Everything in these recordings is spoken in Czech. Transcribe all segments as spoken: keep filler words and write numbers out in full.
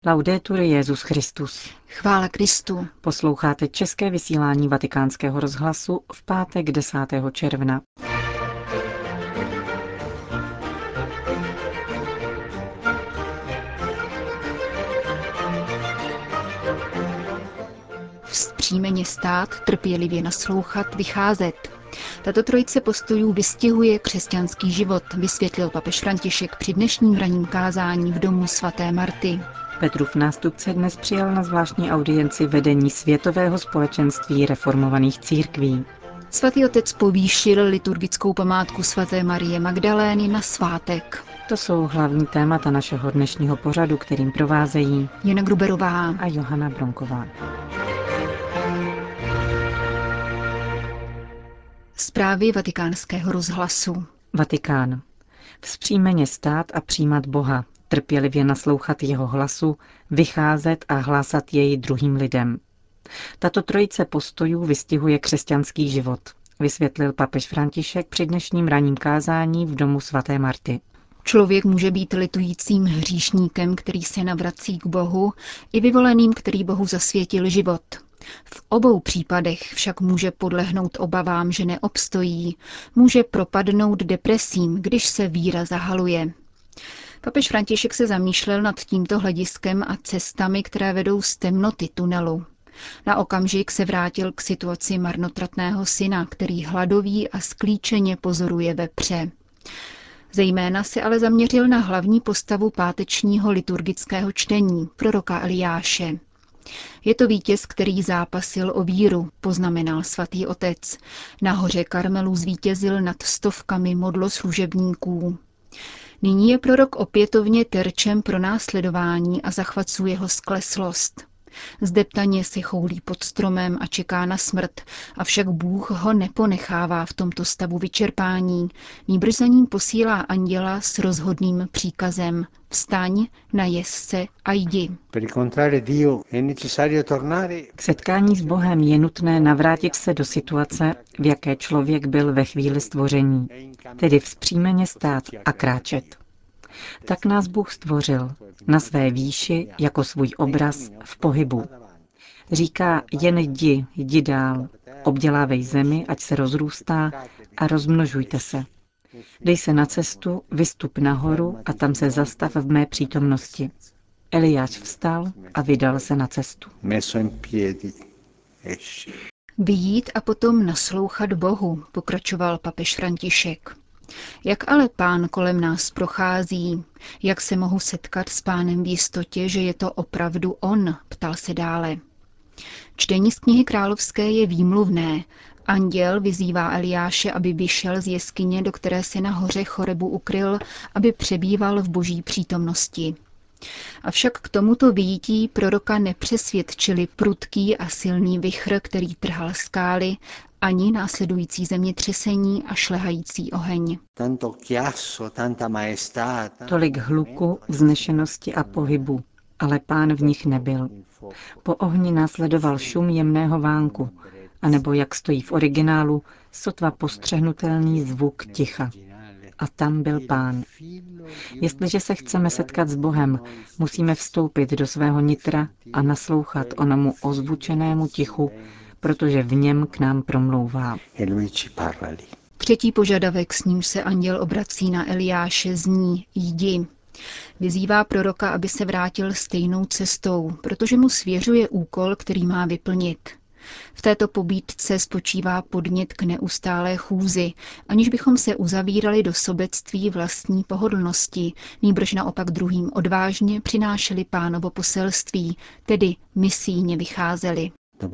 Laudetur Jesus Christus. Chvála Kristu. Posloucháte české vysílání Vatikánského rozhlasu v pátek desátého června. Vzpřímeně stát, trpělivě naslouchat, vycházet. Tato trojice postojů vystihuje křesťanský život, vysvětlil papež František při dnešním ranním kázání v domu svaté Marty. Petrův nástupce dnes přijal na zvláštní audienci vedení Světového společenství reformovaných církví. Svatý otec povýšil liturgickou památku svaté Marie Magdalény na svátek. To jsou hlavní témata našeho dnešního pořadu, kterým provázejí Jana Gruberová a Johana Bronková. Zprávy Vatikánského rozhlasu. Vatikán. Vzpřímeně stát a přijímat Boha, trpělivě naslouchat jeho hlasu, vycházet a hlásat jej druhým lidem. Tato trojice postojů vystihuje křesťanský život, vysvětlil papež František při dnešním ranním kázání v domu svaté Marty. Člověk může být litujícím hříšníkem, který se navrací k Bohu, i vyvoleným, který Bohu zasvětil život. V obou případech však může podlehnout obavám, že neobstojí, může propadnout depresím, když se víra zahaluje. Papež František se zamýšlel nad tímto hlediskem a cestami, které vedou z temnoty tunelu. Na okamžik se vrátil k situaci marnotratného syna, který hladoví a sklíčeně pozoruje vepře. Zejména se ale zaměřil na hlavní postavu pátečního liturgického čtení, proroka Eliáše. Je to vítěz, který zápasil o víru, poznamenal svatý otec. Na hoře Karmelu zvítězil nad stovkami modloslužebníků. Nyní je prorok opětovně terčem pronásledování a zachvacuje ho skleslost. Zdeptaně se choulí pod stromem a čeká na smrt, avšak Bůh ho neponechává v tomto stavu vyčerpání, nýbrž za ním posílá anděla s rozhodným příkazem: vstaň, najez se a jdi. K setkání s Bohem je nutné navrátit se do situace, v jaké člověk byl ve chvíli stvoření, tedy vzpřímeně stát a kráčet. Tak nás Bůh stvořil, na své výši, jako svůj obraz, v pohybu. Říká, jen jdi, jdi dál, obdělávej zemi, ať se rozrůstá a rozmnožujte se. Dej se na cestu, vystup nahoru a tam se zastav v mé přítomnosti. Eliáš vstal a vydal se na cestu. Vyjít a potom naslouchat Bohu, pokračoval papež František. Jak ale Pán kolem nás prochází? Jak se mohu setkat s Pánem v jistotě, že je to opravdu on? Ptal se dále. Čtení z knihy královské je výmluvné. Anděl vyzývá Eliáše, aby vyšel z jeskyně, do které se na hoře Chorebu ukryl, aby přebýval v boží přítomnosti. Avšak k tomuto vyjítí proroka nepřesvědčili prudký a silný vichr, který trhal skály, ani následující zemětřesení a šlehající oheň. Tolik hluku, vznešenosti a pohybu, ale Pán v nich nebyl. Po ohni následoval šum jemného vánku, anebo, jak stojí v originálu, sotva postřehnutelný zvuk ticha. A tam byl Pán. Jestliže se chceme setkat s Bohem, musíme vstoupit do svého nitra a naslouchat onomu ozvučenému tichu, protože v něm k nám promlouvá. Třetí požadavek, s ním se anděl obrací na Eliáše, zní: jdi. Vyzývá proroka, aby se vrátil stejnou cestou, protože mu svěřuje úkol, který má vyplnit. V této pobídce spočívá podnět k neustálé chůzi, aniž bychom se uzavírali do sobectví vlastní pohodlnosti, nýbrž naopak druhým odvážně přinášeli Pánovo poselství, tedy misijně vycházeli.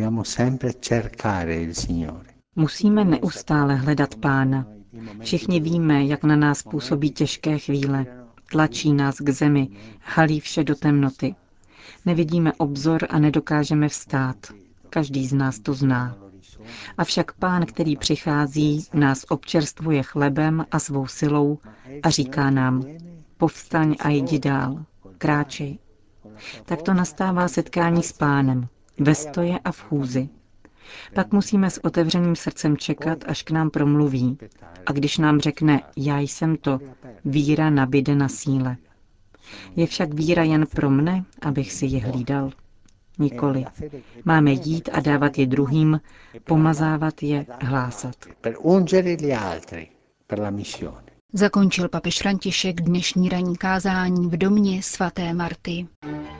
Musíme neustále hledat Pána. Všichni víme, jak na nás působí těžké chvíle. Tlačí nás k zemi, halí vše do temnoty. Nevidíme obzor a nedokážeme vstát. Každý z nás to zná. Avšak Pán, který přichází, nás občerstvuje chlebem a svou silou a říká nám: povstaň a jdi dál, kráčej. Tak to nastává setkání s Pánem, ve stoje a v chůzi. Pak musíme s otevřeným srdcem čekat, až k nám promluví. A když nám řekne: já jsem to, víra nabyde na síle. Je však víra jen pro mne, abych si ji hlídal? Nikoli. Máme jít a dávat je druhým, pomazávat je, hlásat. Zakončil papež František dnešní ranní kázání v domě svaté Marty.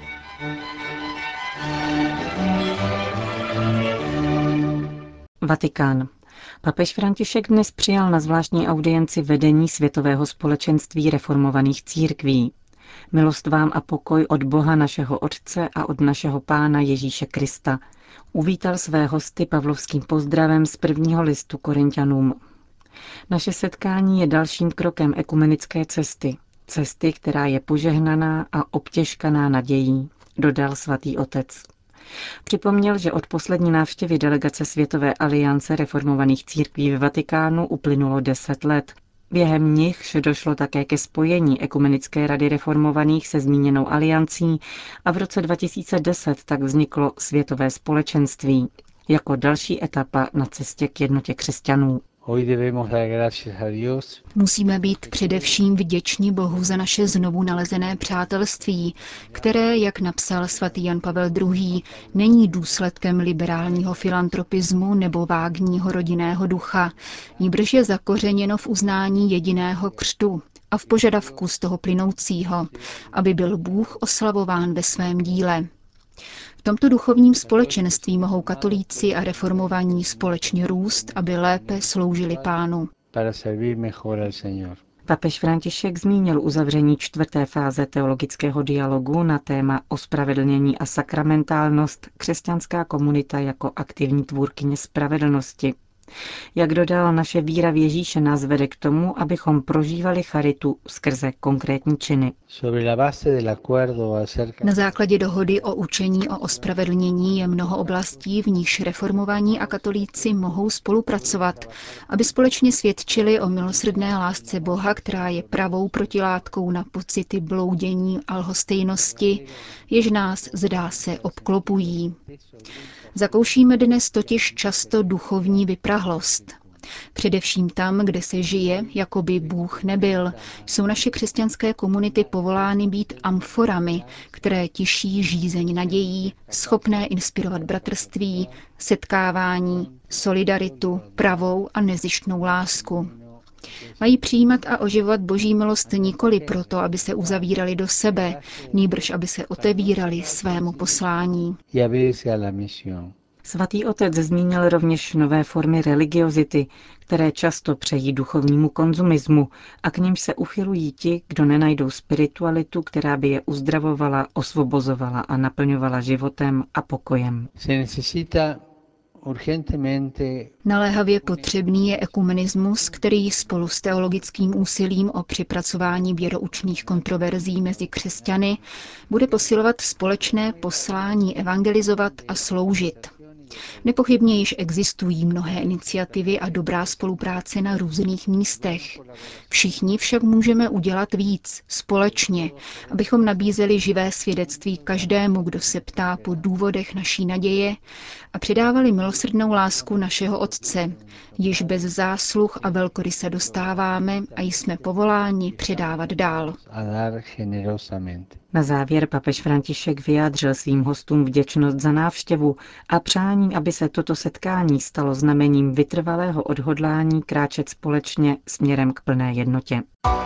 Vatikán. Papež František dnes přijal na zvláštní audienci vedení Světového společenství reformovaných církví. Milost vám a pokoj od Boha našeho Otce a od našeho Pána Ježíše Krista. Uvítal své hosty pavlovským pozdravem z prvního listu Korinťanům. Naše setkání je dalším krokem ekumenické cesty. Cesty, která je požehnaná a obtěžkaná nadějí, dodal svatý otec. Připomněl, že od poslední návštěvy delegace Světové aliance reformovaných církví ve Vatikánu uplynulo deset let. Během nichž došlo také ke spojení Ekumenické rady reformovaných se zmíněnou aliancí a v roce dva tisíce deset tak vzniklo Světové společenství jako další etapa na cestě k jednotě křesťanů. Musíme být především vděční Bohu za naše znovu nalezené přátelství, které, jak napsal svatý Jan Pavel druhý., není důsledkem liberálního filantropismu nebo vágního rodinného ducha, nýbrž je zakořeněno v uznání jediného křtu a v požadavku z toho plynoucího, aby byl Bůh oslavován ve svém díle. V tomto duchovním společenství mohou katolíci a reformovaní společně růst, aby lépe sloužili Pánu. Papež František zmínil uzavření čtvrté fáze teologického dialogu na téma ospravedlnění a sakramentálnost, křesťanská komunita jako aktivní tvůrkyně spravedlnosti. Jak dodal, naše víra v Ježíše nás vede k tomu, abychom prožívali charitu skrze konkrétní činy. Na základě dohody o učení o ospravedlnění je mnoho oblastí, v nichž reformovaní a katolíci mohou spolupracovat, aby společně svědčili o milosrdné lásce Boha, která je pravou protilátkou na pocity bloudění a lhostejnosti, jež nás, zdá se, obklopují. Zakoušíme dnes totiž často duchovní vyprahlost. Především tam, kde se žije, jako by Bůh nebyl, jsou naše křesťanské komunity povolány být amforami, které tiší žízeň nadějí, schopné inspirovat bratrství, setkávání, solidaritu, pravou a nezištnou lásku. Mají přijímat a oživovat Boží milost nikoli proto, aby se uzavírali do sebe, nýbrž aby se otevírali svému poslání. Svatý otec zmínil rovněž nové formy religiozity, které často přejí duchovnímu konzumismu a k nimž se uchylují ti, kdo nenajdou spiritualitu, která by je uzdravovala, osvobozovala a naplňovala životem a pokojem. Naléhavě potřebný je ekumenismus, který spolu s teologickým úsilím o přepracování věroučných kontroverzí mezi křesťany bude posilovat společné poslání evangelizovat a sloužit. Nepochybně již existují mnohé iniciativy a dobrá spolupráce na různých místech. Všichni však můžeme udělat víc, společně, abychom nabízeli živé svědectví každému, kdo se ptá po důvodech naší naděje a předávali milosrdnou lásku našeho Otce, již bez zásluh a velkoryse dostáváme a jsme povoláni předávat dál. Na závěr papež František vyjádřil svým hostům vděčnost za návštěvu a přání, aby se toto setkání stalo znamením vytrvalého odhodlání kráčet společně směrem k plné jednotě.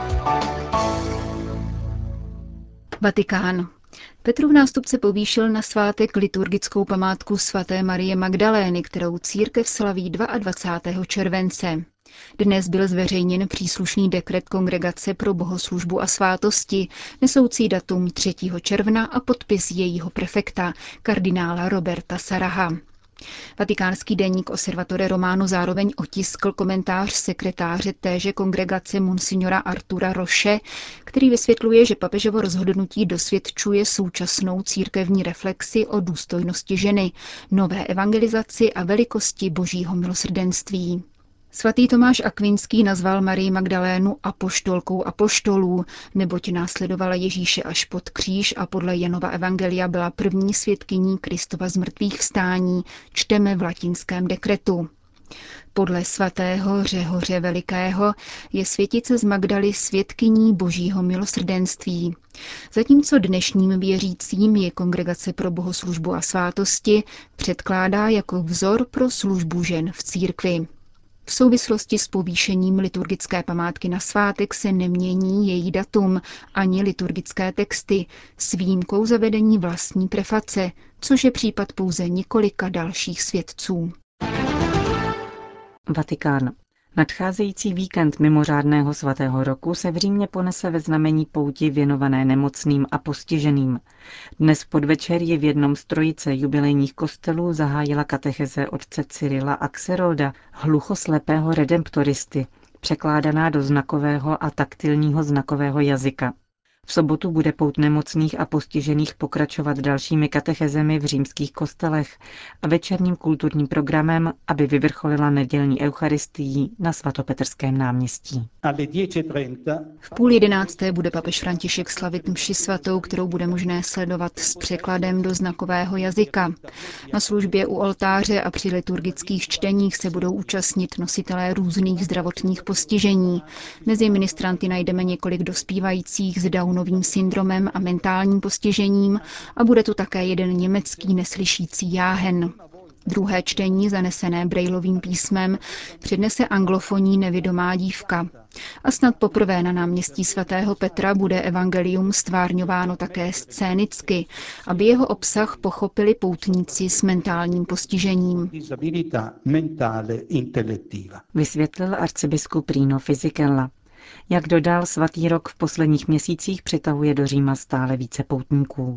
Vatikán. Petrův nástupce povýšil na svátek liturgickou památku svaté Marie Magdalény, kterou církev slaví dvacátého druhého července. Dnes byl zveřejněn příslušný dekret Kongregace pro bohoslužbu a svátosti, nesoucí datum třetího června a podpis jejího prefekta, kardinála Roberta Saraha. Vatikánský deník Osservatore Romano zároveň otiskl komentář sekretáře téže kongregace monsignora Artura Roše, který vysvětluje, že papežovo rozhodnutí dosvědčuje současnou církevní reflexi o důstojnosti ženy, nové evangelizaci a velikosti božího milosrdenství. Svatý Tomáš Akvinský nazval Marii Magdalénu apoštolkou apoštolů, neboť následovala Ježíše až pod kříž a podle Janova evangelia byla první svědkyní Kristova zmrtvých vstání, čteme v latinském dekretu. Podle svatého Řehoře Velikého je světice z Magdaly svědkyní božího milosrdenství. Zatímco dnešním věřícím je Kongregace pro bohoslužbu a svátosti předkládá jako vzor pro službu žen v církvi. V souvislosti s povýšením liturgické památky na svátek se nemění její datum ani liturgické texty, s výjimkou zavedení vlastní preface, což je případ pouze několika dalších svědců. Vatikán. Nadcházející víkend mimořádného svatého roku se v Římě ponese ve znamení pouti věnované nemocným a postiženým. Dnes v podvečer je v jednom z trojice jubilejních kostelů zahájila katecheze otce Cyrila Axelroda, hluchoslepého redemptoristy, překládaná do znakového a taktilního znakového jazyka. V sobotu bude pout nemocných a postižených pokračovat dalšími katechezemi v římských kostelech a večerním kulturním programem, aby vyvrcholila nedělní eucharistií na svatopetrském náměstí. V půl jedenácté bude papež František slavit mši svatou, kterou bude možné sledovat s překladem do znakového jazyka. Na službě u oltáře a při liturgických čteních se budou účastnit nositelé různých zdravotních postižení. Mezi ministranty najdeme několik dospívajících s Downovým syndromem a mentálním postižením a bude tu také jeden německý neslyšící jáhen. Druhé čtení, zanesené brailovým písmem, přednese anglofonní nevidomá dívka. A snad poprvé na náměstí svatého Petra bude evangelium stvárňováno také scénicky, aby jeho obsah pochopili poutníci s mentálním postižením. Vysvětlil arcibiskup Rino Fisichella. Jak dodal, svatý rok v posledních měsících přitahuje do Říma stále více poutníků.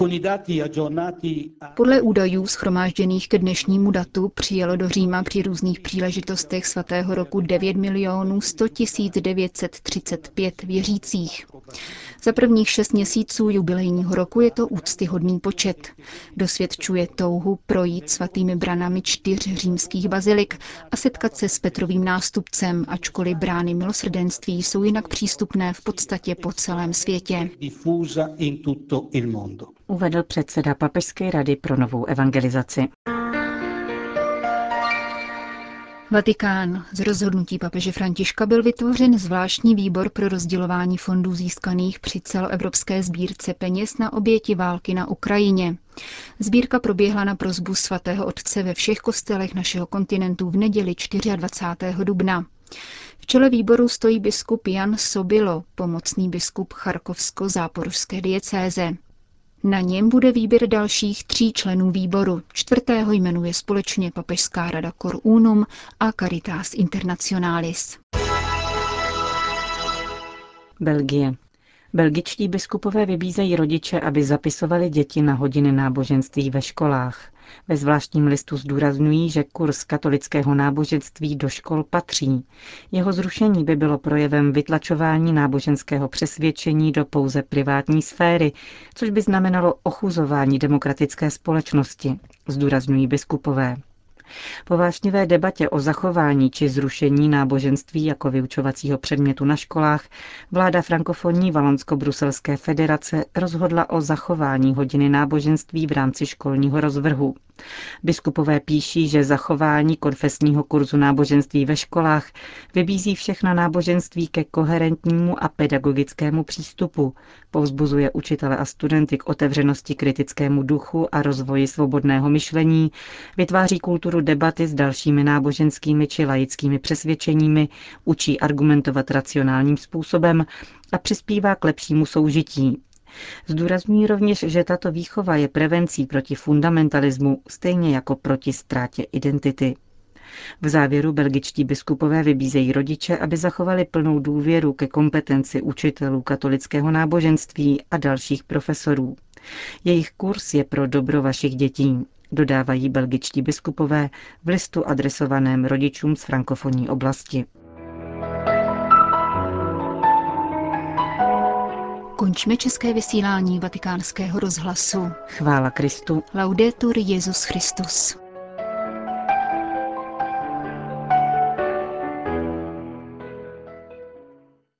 Podle údajů shromážděných k dnešnímu datu přijelo do Říma při různých příležitostech svatého roku devět milionů sto tisíc devět set třicet pět věřících. Za prvních šest měsíců jubilejního roku je to úctyhodný počet. Dosvědčuje touhu projít svatými branami čtyř římských bazilik a setkat se s Petrovým nástupcem, ačkoliv brány milosrdenství jsou jinak přístupné v podstatě po celém světě. Uvedl předseda Papežské rady pro novou evangelizaci. Vatikán. Z rozhodnutí papeže Františka byl vytvořen zvláštní výbor pro rozdělování fondů získaných při celoevropské sbírce peněz na oběti války na Ukrajině. Sbírka proběhla na prosbu svatého otce ve všech kostelech našeho kontinentu v neděli dvacátého čtvrtého dubna. V čele výboru stojí biskup Jan Sobilo, pomocný biskup charkovsko-záporožské diecéze. Na něm bude výběr dalších tří členů výboru. Čtvrtého jmenuje společně Papežská rada Cor Unum a Caritas Internationalis. Belgie. Belgičtí biskupové vybízejí rodiče, aby zapisovali děti na hodiny náboženství ve školách. Ve zvláštním listu zdůrazňují, že kurz katolického náboženství do škol patří. Jeho zrušení by bylo projevem vytlačování náboženského přesvědčení do pouze privátní sféry, což by znamenalo ochuzování demokratické společnosti, zdůrazňují biskupové. Po vášnivé debatě o zachování či zrušení náboženství jako vyučovacího předmětu na školách vláda frankofonní Valonsko-Bruselské federace rozhodla o zachování hodiny náboženství v rámci školního rozvrhu. Biskupové píší, že zachování konfesního kurzu náboženství ve školách vybízí všechna náboženství ke koherentnímu a pedagogickému přístupu, povzbuzuje učitele a studenty k otevřenosti kritickému duchu a rozvoji svobodného myšlení, vytváří kulturu debaty s dalšími náboženskými či laickými přesvědčeními, učí argumentovat racionálním způsobem a přispívá k lepšímu soužití. Zdůrazňují rovněž, že tato výchova je prevencí proti fundamentalismu, stejně jako proti ztrátě identity. V závěru belgičtí biskupové vybízejí rodiče, aby zachovali plnou důvěru ke kompetenci učitelů katolického náboženství a dalších profesorů. Jejich kurz je pro dobro vašich dětí, dodávají belgičtí biskupové v listu adresovaném rodičům z frankofonní oblasti. Končíme české vysílání Vatikánského rozhlasu. Chvála Kristu. Laudetur Jesus Christus.